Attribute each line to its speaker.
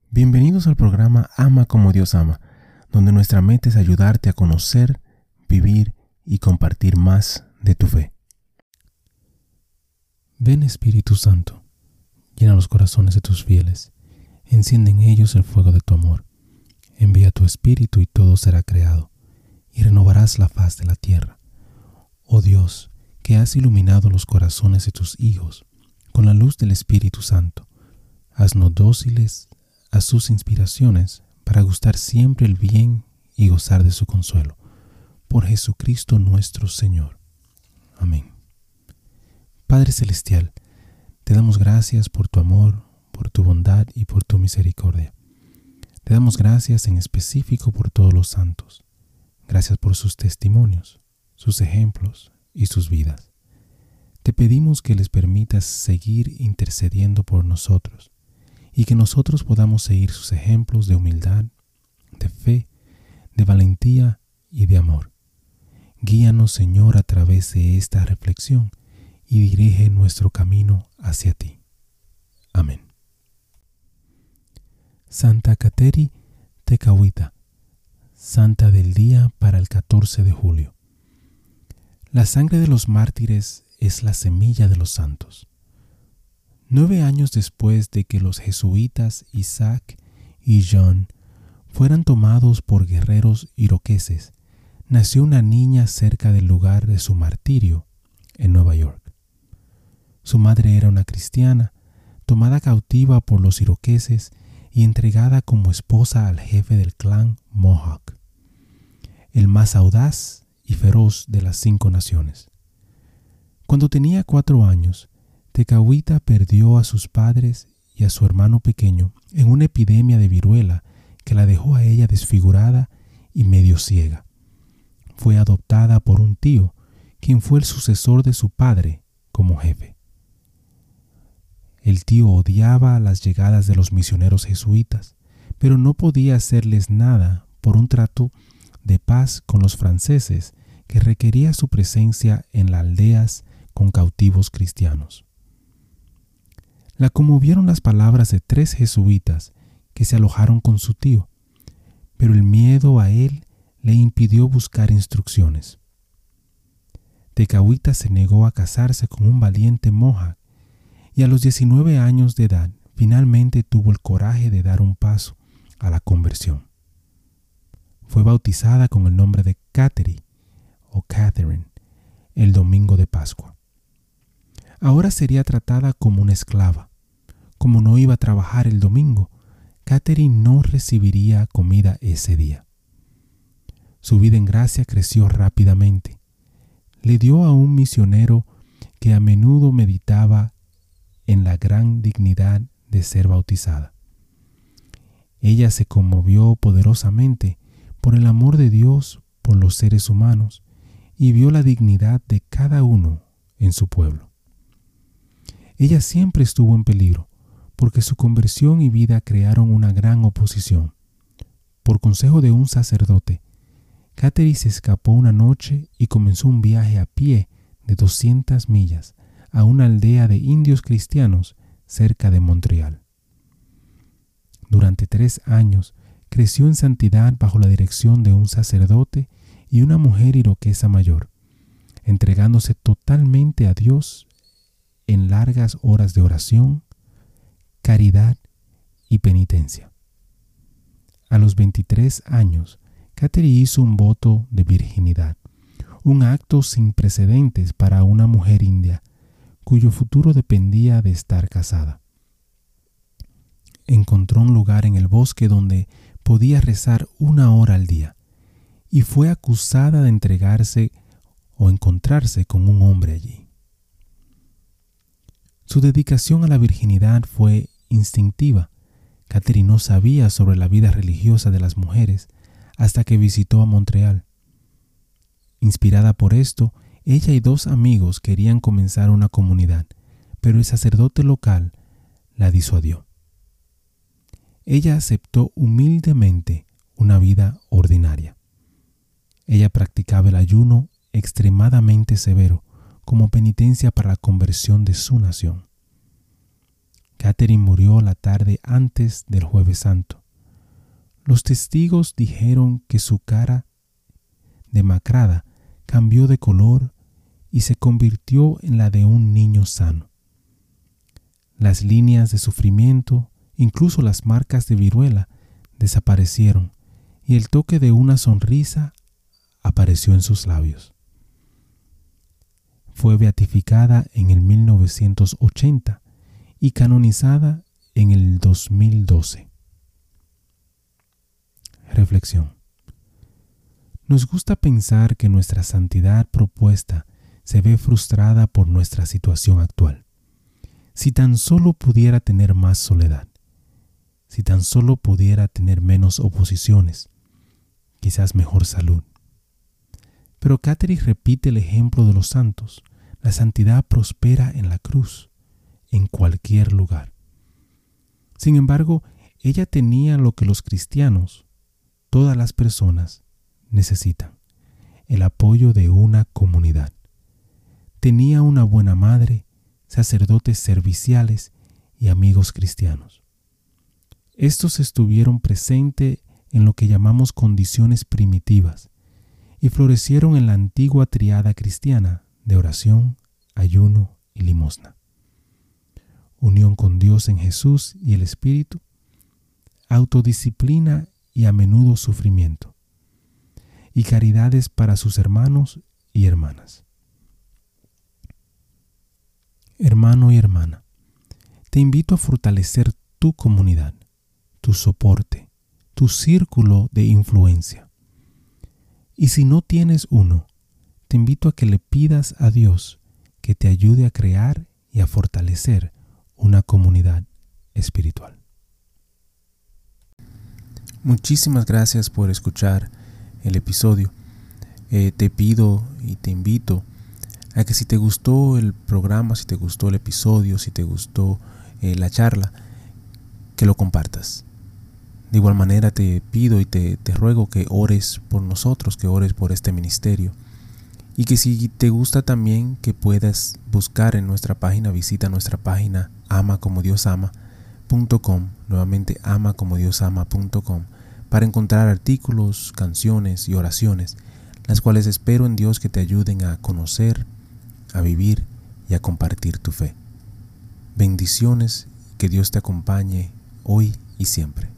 Speaker 1: Bienvenidos al programa Ama como Dios ama, donde nuestra meta es ayudarte a conocer, vivir y compartir más de tu fe. Ven Espíritu Santo, llena los corazones de tus fieles, enciende en ellos el fuego de tu amor. Envía tu Espíritu y todo será creado, y renovarás la faz de la tierra. Oh Dios, que has iluminado los corazones de tus hijos con la luz del Espíritu Santo, haznos dóciles a sus inspiraciones para gustar siempre el bien y gozar de su consuelo. Por Jesucristo nuestro Señor. Amén. Padre Celestial, te damos gracias por tu amor, por tu bondad y por tu misericordia. Te damos gracias en específico por todos los santos. Gracias por sus testimonios, sus ejemplos y sus vidas. Te pedimos que les permitas seguir intercediendo por nosotros y que nosotros podamos seguir sus ejemplos de humildad, de fe, de valentía y de amor. Guíanos, Señor, a través de esta reflexión y dirige nuestro camino hacia ti. Amén. Santa Kateri Tekakwitha, Santa del día para el 14 de julio. La sangre de los mártires es la semilla de los santos. 9 años después de que los jesuitas Isaac y John fueran tomados por guerreros iroqueses, nació una niña cerca del lugar de su martirio, en Nueva York. Su madre era una cristiana, tomada cautiva por los iroqueses y entregada como esposa al jefe del clan Mohawk, el más audaz y feroz de las 5 naciones. Cuando tenía 4 años, Tekakwitha perdió a sus padres y a su hermano pequeño en una epidemia de viruela que la dejó a ella desfigurada y medio ciega. Fue adoptada por un tío, quien fue el sucesor de su padre como jefe. El tío odiaba las llegadas de los misioneros jesuitas, pero no podía hacerles nada por un trato de paz con los franceses que requería su presencia en las aldeas con cautivos cristianos. La conmovieron las palabras de 3 jesuitas que se alojaron con su tío, pero el miedo a él le impidió buscar instrucciones. Tekakwitha se negó a casarse con un valiente Mohawk y a los 19 años de edad finalmente tuvo el coraje de dar un paso a la conversión. Fue bautizada con el nombre de Kateri o Catherine el domingo de Pascua. Ahora sería tratada como una esclava. Como no iba a trabajar el domingo, Kateri no recibiría comida ese día. Su vida en gracia creció rápidamente. Le dio a un misionero que a menudo meditaba en la gran dignidad de ser bautizada. Ella se conmovió poderosamente por el amor de Dios por los seres humanos y vio la dignidad de cada uno en su pueblo. Ella siempre estuvo en peligro porque su conversión y vida crearon una gran oposición. Por consejo de un sacerdote, Kateri se escapó una noche y comenzó un viaje a pie de 200 millas a una aldea de indios cristianos cerca de Montreal. Durante 3 años creció en santidad bajo la dirección de un sacerdote y una mujer iroquesa mayor, entregándose totalmente a Dios en largas horas de oración, caridad y penitencia. A los 23 años, Kateri hizo un voto de virginidad, un acto sin precedentes para una mujer india cuyo futuro dependía de estar casada. Encontró un lugar en el bosque donde podía rezar 1 hora al día y fue acusada de entregarse o encontrarse con un hombre allí. Su dedicación a la virginidad fue instintiva. Kateri no sabía sobre la vida religiosa de las mujeres hasta que visitó a Montreal. Inspirada por esto, ella y 2 amigos querían comenzar una comunidad, pero el sacerdote local la disuadió. Ella aceptó humildemente una vida ordinaria. Ella practicaba el ayuno extremadamente severo como penitencia para la conversión de su nación. Catherine murió la tarde antes del Jueves Santo. Los testigos dijeron que su cara demacrada cambió de color y se convirtió en la de un niño sano. Las líneas de sufrimiento, incluso las marcas de viruela, desaparecieron y el toque de una sonrisa apareció en sus labios. Fue beatificada en el 1980 y canonizada en el 2012. Reflexión. Nos gusta pensar que nuestra santidad propuesta se ve frustrada por nuestra situación actual. Si tan solo pudiera tener más soledad, si tan solo pudiera tener menos oposiciones, quizás mejor salud. Pero Catherine repite el ejemplo de los santos. La santidad prospera en la cruz, en cualquier lugar. Sin embargo, ella tenía lo que los cristianos, todas las personas, necesitan: el apoyo de una comunidad. Tenía una buena madre, sacerdotes serviciales y amigos cristianos. Estos estuvieron presentes en lo que llamamos condiciones primitivas y florecieron en la antigua triada cristiana de oración, ayuno y limosna. Unión con Dios en Jesús y el Espíritu, autodisciplina y a menudo sufrimiento, y caridades para sus hermanos y hermanas. Hermano y hermana, te invito a fortalecer tu comunidad, tu soporte, tu círculo de influencia. Y si no tienes uno, te invito a que le pidas a Dios que te ayude a crear y a fortalecer una comunidad espiritual. Muchísimas gracias por escuchar el episodio. Te pido y te invito a que si te gustó el programa, si te gustó el episodio, si te gustó la charla, que lo compartas. De igual manera te pido y te ruego que ores por nosotros, que ores por este ministerio. Y que si te gusta también, que puedas buscar en nuestra página, visita nuestra página amacomodiosama.com, nuevamente amacomodiosama.com, para encontrar artículos, canciones y oraciones, las cuales espero en Dios que te ayuden a conocer, a vivir y a compartir tu fe. Bendiciones, que Dios te acompañe hoy y siempre.